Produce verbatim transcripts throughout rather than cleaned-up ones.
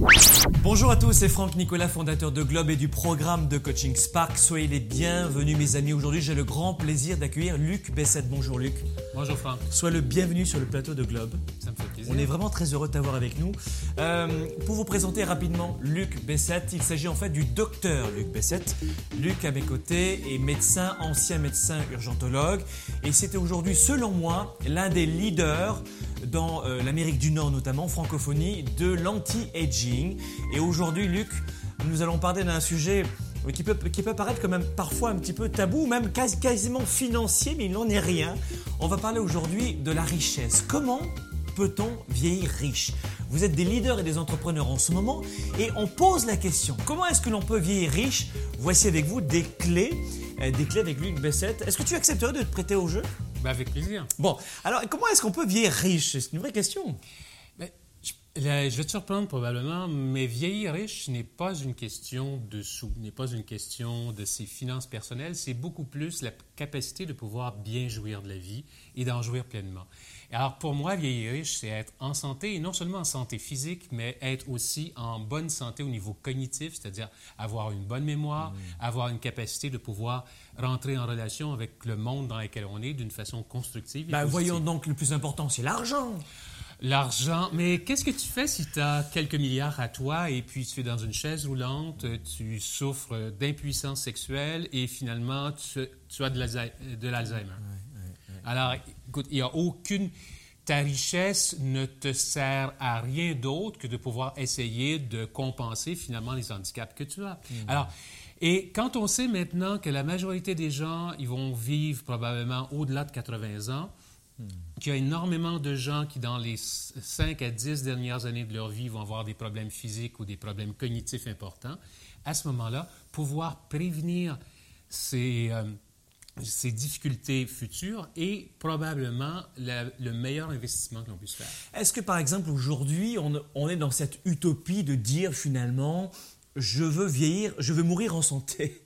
Bonjour à tous, c'est Franck Nicolas, fondateur de Globe et du programme de coaching Spark. Soyez les bienvenus mes amis. Aujourd'hui, j'ai le grand plaisir d'accueillir Luc Bessette. Bonjour Luc. Bonjour Franck. Sois le bienvenu sur le plateau de Globe. Ça me fait plaisir. On est vraiment très heureux de t'avoir avec nous. Euh, pour vous présenter rapidement Luc Bessette, il s'agit en fait du docteur Luc Bessette. Luc à mes côtés est médecin, ancien médecin urgentologue. Et c'était aujourd'hui, selon moi, l'un des leaders dans euh, l'Amérique du Nord notamment, francophonie, de l'anti-aging. Et aujourd'hui, Luc, nous allons parler d'un sujet qui peut, qui peut paraître quand même parfois un petit peu tabou, même quasi, quasiment financier, mais il n'en est rien. On va parler aujourd'hui de la richesse. Comment peut-on vieillir riche ? Vous êtes des leaders et des entrepreneurs en ce moment et on pose la question, comment est-ce que l'on peut vieillir riche ? Voici avec vous des clés, euh, des clés avec Luc Bessette. Est-ce que tu accepterais de te prêter au jeu ? Ben avec plaisir. Bon, alors comment est-ce qu'on peut vieillir riche ? C'est une vraie question. Ben, je, là, je vais te surprendre probablement, mais vieillir riche n'est pas une question de sous, n'est pas une question de ses finances personnelles, c'est beaucoup plus la capacité de pouvoir bien jouir de la vie et d'en jouir pleinement. Alors pour moi, vieillir riche, c'est être en santé, et non seulement en santé physique, mais être aussi en bonne santé au niveau cognitif, c'est-à-dire avoir une bonne mémoire, mmh. avoir une capacité de pouvoir rentrer en relation avec le monde dans lequel on est d'une façon constructive et ben, positive. Voyons donc, le plus important, c'est l'argent. L'argent, mais qu'est-ce que tu fais si tu as quelques milliards à toi et puis tu es dans une chaise roulante, tu souffres d'impuissance sexuelle et finalement tu, tu as de l'Alzheimer? De l'Alzheimer. Ouais, ouais, ouais. Alors, écoute, il n'y a aucune... Ta richesse ne te sert à rien d'autre que de pouvoir essayer de compenser finalement les handicaps que tu as. Mmh. Alors, et quand on sait maintenant que la majorité des gens, ils vont vivre probablement au-delà de quatre-vingts ans, Hmm. qu'il y a énormément de gens qui, dans les cinq à dix dernières années de leur vie, vont avoir des problèmes physiques ou des problèmes cognitifs importants, à ce moment-là, pouvoir prévenir ces, euh, ces difficultés futures est probablement la, le meilleur investissement que l'on puisse faire. Est-ce que, par exemple, aujourd'hui, on, on est dans cette utopie de dire finalement, je veux vieillir, je veux mourir en santé?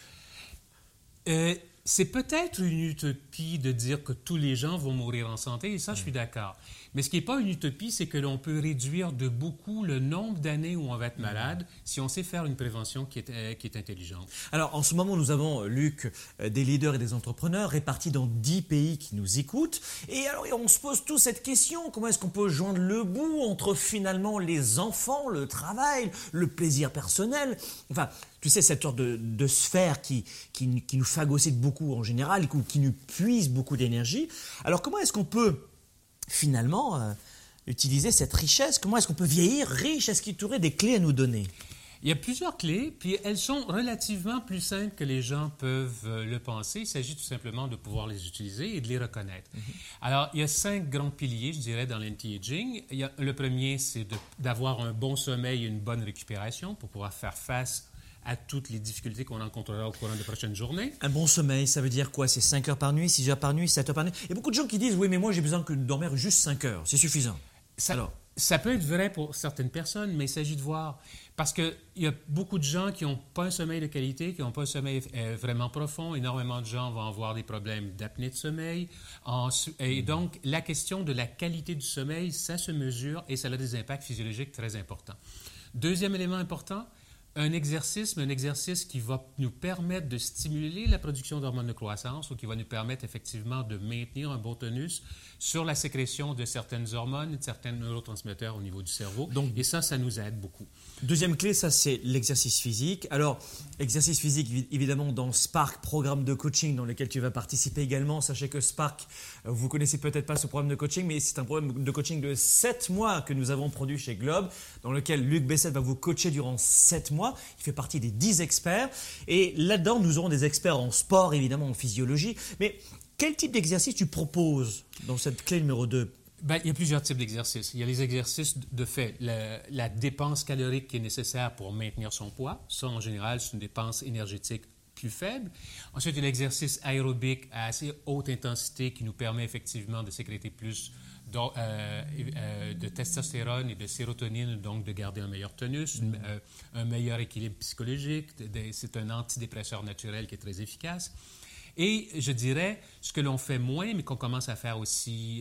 Euh, C'est peut-être une utopie de dire que tous les gens vont mourir en santé, et ça, ouais. je suis d'accord. Mais ce qui n'est pas une utopie, c'est que l'on peut réduire de beaucoup le nombre d'années où on va être malade si on sait faire une prévention qui est, euh, qui est intelligente. Alors, en ce moment, nous avons, Luc, des leaders et des entrepreneurs répartis dans dix pays qui nous écoutent. Et alors, on se pose tous cette question, comment est-ce qu'on peut joindre le bout entre finalement les enfants, le travail, le plaisir personnel ? Enfin, tu sais, cette sorte de, de sphère qui, qui, qui nous phagocyte beaucoup en général, qui, qui nous puise beaucoup d'énergie. Alors, comment est-ce qu'on peut finalement euh, utiliser cette richesse? Comment est-ce qu'on peut vieillir riche? Est-ce qu'il y aurait des clés à nous donner? Il y a plusieurs clés, puis elles sont relativement plus simples que les gens peuvent euh, le penser. Il s'agit tout simplement de pouvoir les utiliser et de les reconnaître. Mm-hmm. Alors, il y a cinq grands piliers, je dirais, dans l'anti-aging. Il y a, le premier, c'est de, d'avoir un bon sommeil et une bonne récupération pour pouvoir faire face à toutes les difficultés qu'on rencontrera au courant des prochaines journées. Un bon sommeil, ça veut dire quoi? C'est cinq heures par nuit, six heures par nuit, sept heures par nuit? Il y a beaucoup de gens qui disent « Oui, mais moi, j'ai besoin de dormir juste cinq heures. C'est suffisant. » Ça, Alors, ça peut être vrai pour certaines personnes, mais il s'agit de voir. Parce qu'il y a beaucoup de gens qui n'ont pas un sommeil de qualité, qui n'ont pas un sommeil euh, vraiment profond. Énormément de gens vont avoir des problèmes d'apnée de sommeil. En, et donc, la question de la qualité du sommeil, ça se mesure et ça a des impacts physiologiques très importants. Deuxième élément important, un exercice, mais un exercice qui va nous permettre de stimuler la production d'hormones de croissance ou qui va nous permettre effectivement de maintenir un bon tonus sur la sécrétion de certaines hormones et de certains neurotransmetteurs au niveau du cerveau. Donc, et ça, ça nous aide beaucoup. Deuxième clé, ça c'est l'exercice physique. Alors, exercice physique, évidemment, dans Spark, programme de coaching dans lequel tu vas participer également. Sachez que Spark, vous ne connaissez peut-être pas ce programme de coaching, mais c'est un programme de coaching de sept mois que nous avons produit chez Globe, dans lequel Luc Bessette va vous coacher durant sept mois. Il fait partie des dix experts. Et là-dedans, nous aurons des experts en sport, évidemment, en physiologie. Mais quel type d'exercice tu proposes dans cette clé numéro deux? Bien, il y a plusieurs types d'exercices. Il y a les exercices de fait, la, la dépense calorique qui est nécessaire pour maintenir son poids. Ça, en général, c'est une dépense énergétique plus faible. Ensuite, il y a l'exercice aérobique à assez haute intensité qui nous permet effectivement de sécréter plus de, euh, euh, de testostérone et de sérotonine, donc de garder un meilleur tonus, mmh. euh, un meilleur équilibre psychologique. De, de, c'est un antidépresseur naturel qui est très efficace. Et je dirais, ce que l'on fait moins, mais qu'on commence à faire aussi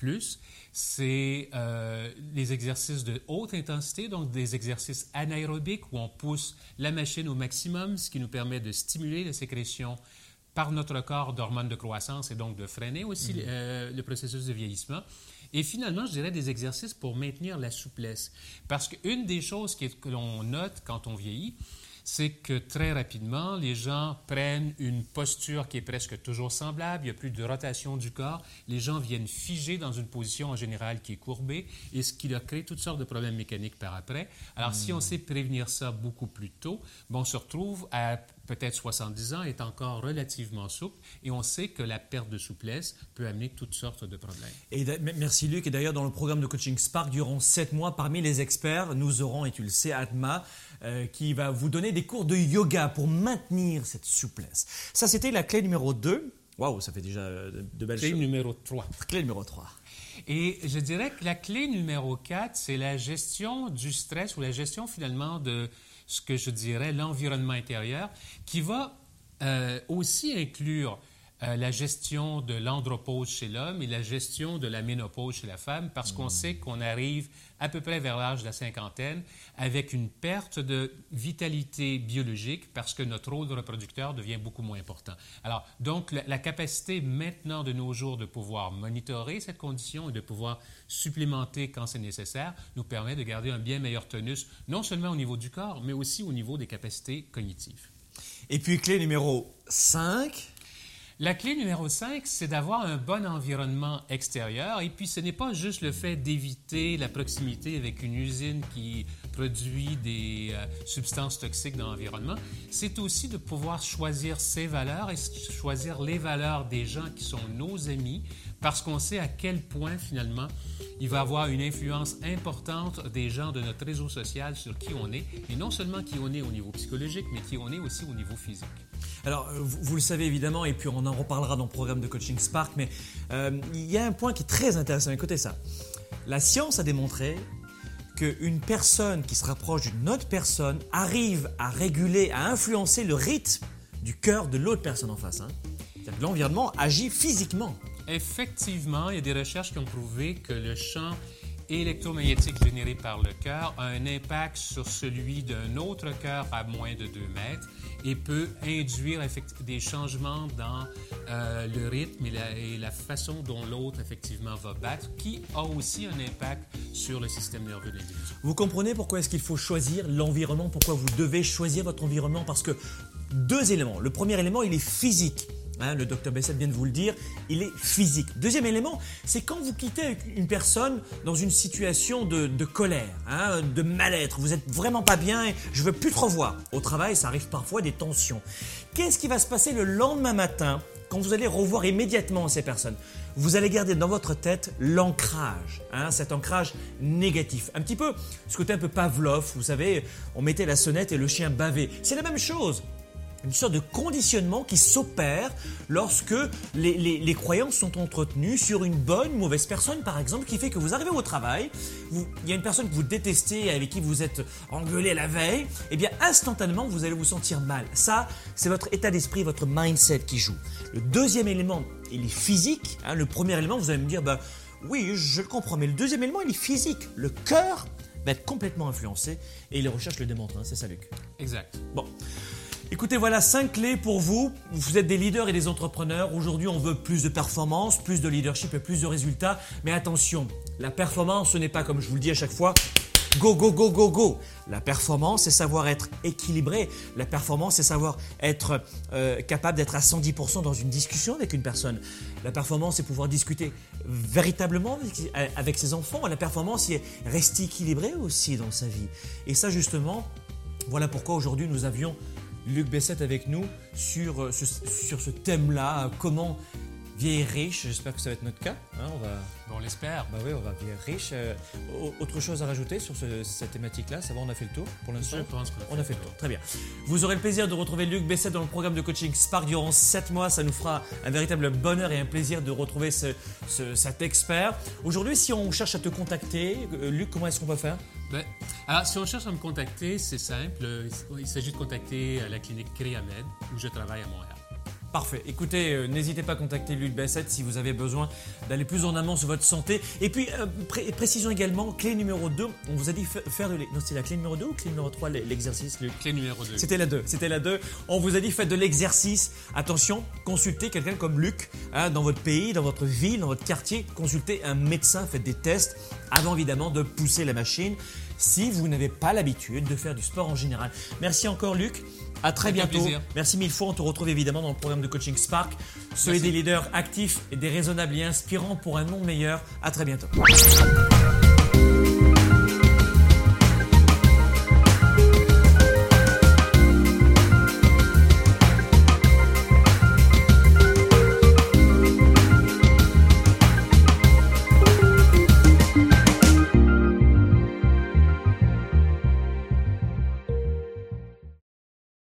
plus, c'est euh, les exercices de haute intensité, donc des exercices anaérobiques où on pousse la machine au maximum, ce qui nous permet de stimuler la sécrétion par notre corps d'hormones de croissance et donc de freiner aussi mmh. euh, le processus de vieillissement. Et finalement, je dirais des exercices pour maintenir la souplesse. Parce qu'une des choses qui est, que l'on note quand on vieillit, c'est que très rapidement, les gens prennent une posture qui est presque toujours semblable, il n'y a plus de rotation du corps, les gens viennent figer dans une position en général qui est courbée, et ce qui leur crée toutes sortes de problèmes mécaniques par après. Alors, mmh. si on sait prévenir ça beaucoup plus tôt, bon, on se retrouve à peut-être soixante-dix ans, est encore relativement souple, et on sait que la perte de souplesse peut amener toutes sortes de problèmes. Et merci Luc, et d'ailleurs dans le programme de coaching Spark, durant sept mois, parmi les experts, nous aurons, et tu le sais, Atma, euh, qui va vous donner des cours de yoga pour maintenir cette souplesse. Ça, c'était la clé numéro deux. Waouh, ça fait déjà de, de belles choses. Clé numéro trois. Clé numéro trois. Et je dirais que la clé numéro quatre, c'est la gestion du stress ou la gestion finalement de ce que je dirais l'environnement intérieur, qui va euh, aussi inclure euh, la gestion de l'andropause chez l'homme et la gestion de la ménopause chez la femme, parce mmh. qu'on sait qu'on arrive à peu près vers l'âge de la cinquantaine avec une perte de vitalité biologique parce que notre rôle de reproducteur devient beaucoup moins important. Alors, donc, la, la capacité maintenant de nos jours de pouvoir monitorer cette condition et de pouvoir supplémenter quand c'est nécessaire nous permet de garder un bien meilleur tonus, non seulement au niveau du corps, mais aussi au niveau des capacités cognitives. Et puis, clé numéro cinq. La clé numéro cinq, c'est d'avoir un bon environnement extérieur. Et puis, ce n'est pas juste le fait d'éviter la proximité avec une usine qui produit des euh, substances toxiques dans l'environnement. C'est aussi de pouvoir choisir ses valeurs et choisir les valeurs des gens qui sont nos amis, parce qu'on sait à quel point, finalement, il va avoir une influence importante des gens de notre réseau social sur qui on est, et non seulement qui on est au niveau psychologique, mais qui on est aussi au niveau physique. Alors, vous, vous le savez évidemment, et puis on en reparlera dans le programme de coaching Spark, mais euh, il y a un point qui est très intéressant. Écoutez ça. La science a démontré qu'une personne qui se rapproche d'une autre personne arrive à réguler, à influencer le rythme du cœur de l'autre personne en face. Hein. C'est-à-dire que l'environnement agit physiquement. Effectivement, il y a des recherches qui ont prouvé que le champ électromagnétique généré par le cœur a un impact sur celui d'un autre cœur à moins de deux mètres et peut induire des changements dans euh, le rythme et la, et la façon dont l'autre effectivement va battre, qui a aussi un impact sur le système nerveux de l'individu. Vous comprenez pourquoi est-ce qu'il faut choisir l'environnement, pourquoi vous devez choisir votre environnement? Parce que deux éléments. Le premier élément, il est physique. Hein, le docteur Bessette vient de vous le dire, il est physique. Deuxième élément, c'est quand vous quittez une personne dans une situation de, de colère, hein, de mal-être, vous n'êtes vraiment pas bien et je ne veux plus te revoir. Au travail, ça arrive parfois des tensions. Qu'est-ce qui va se passer le lendemain matin quand vous allez revoir immédiatement ces personnes? Vous allez garder dans votre tête l'ancrage, hein, cet ancrage négatif. Un petit peu, ce côté un peu Pavlov, vous savez, on mettait la sonnette et le chien bavait. C'est la même chose. Une sorte de conditionnement qui s'opère lorsque les, les, les croyances sont entretenues sur une bonne ou mauvaise personne, par exemple, qui fait que vous arrivez au travail, vous, il y a une personne que vous détestez, avec qui vous êtes engueulé la veille, et bien instantanément, vous allez vous sentir mal. Ça, c'est votre état d'esprit, votre mindset qui joue. Le deuxième élément, il est physique. Hein, le premier élément, vous allez me dire, bah, oui, je le comprends, mais le deuxième élément, il est physique. Le cœur va être complètement influencé, et les recherches le démontrent. Hein, c'est ça, Luc? Exact. Bon. Écoutez, voilà cinq clés pour vous. Vous êtes des leaders et des entrepreneurs. Aujourd'hui, on veut plus de performance, plus de leadership et plus de résultats. Mais attention, la performance, ce n'est pas, comme je vous le dis à chaque fois, go, go, go, go, go. La performance, c'est savoir être équilibré. La performance, c'est savoir être euh, capable d'être à cent dix pour cent dans une discussion avec une personne. La performance, c'est pouvoir discuter véritablement avec, avec ses enfants. La performance, c'est rester équilibré aussi dans sa vie. Et ça, justement, voilà pourquoi aujourd'hui, nous avions Luc Bessette avec nous sur ce, sur ce thème-là, comment vieillir riche. J'espère que ça va être notre cas. Hein, on va... bon, on l'espère. Bah oui, on va vieillir riche. Euh, autre chose à rajouter sur ce, cette thématique-là? Ça va, on a fait le tour pour l'instant? Je pense qu'on on a fait le tour. Très bien. Vous aurez le plaisir de retrouver Luc Bessette dans le programme de coaching Spark durant sept mois. Ça nous fera un véritable bonheur et un plaisir de retrouver ce, ce, cet expert. Aujourd'hui, si on cherche à te contacter, euh, Luc, comment est-ce qu'on peut faire? Ben, alors, si on cherche à me contacter, c'est simple. Il s'agit de contacter la clinique Créamed, où je travaille à Montréal. Parfait. Écoutez, euh, n'hésitez pas à contacter Luc Bessette si vous avez besoin d'aller plus en amont sur votre santé. Et puis, euh, pré précisons également, clé numéro deux, on vous a dit faire de... Non, c'est la clé numéro deux ou clé numéro trois, l'exercice, Luc? Clé numéro deux. C'était la deux. C'était la deux. On vous a dit faites de l'exercice. Attention, consultez quelqu'un comme Luc hein, dans votre pays, dans votre ville, dans votre quartier. Consultez un médecin, faites des tests avant évidemment de pousser la machine si vous n'avez pas l'habitude de faire du sport en général. Merci encore Luc. À très Avec bientôt. plaisir. Merci mille fois. On te retrouve évidemment dans le programme de coaching Spark. Soyez Merci. des leaders actifs et déraisonnables et inspirants pour un monde meilleur. À très bientôt.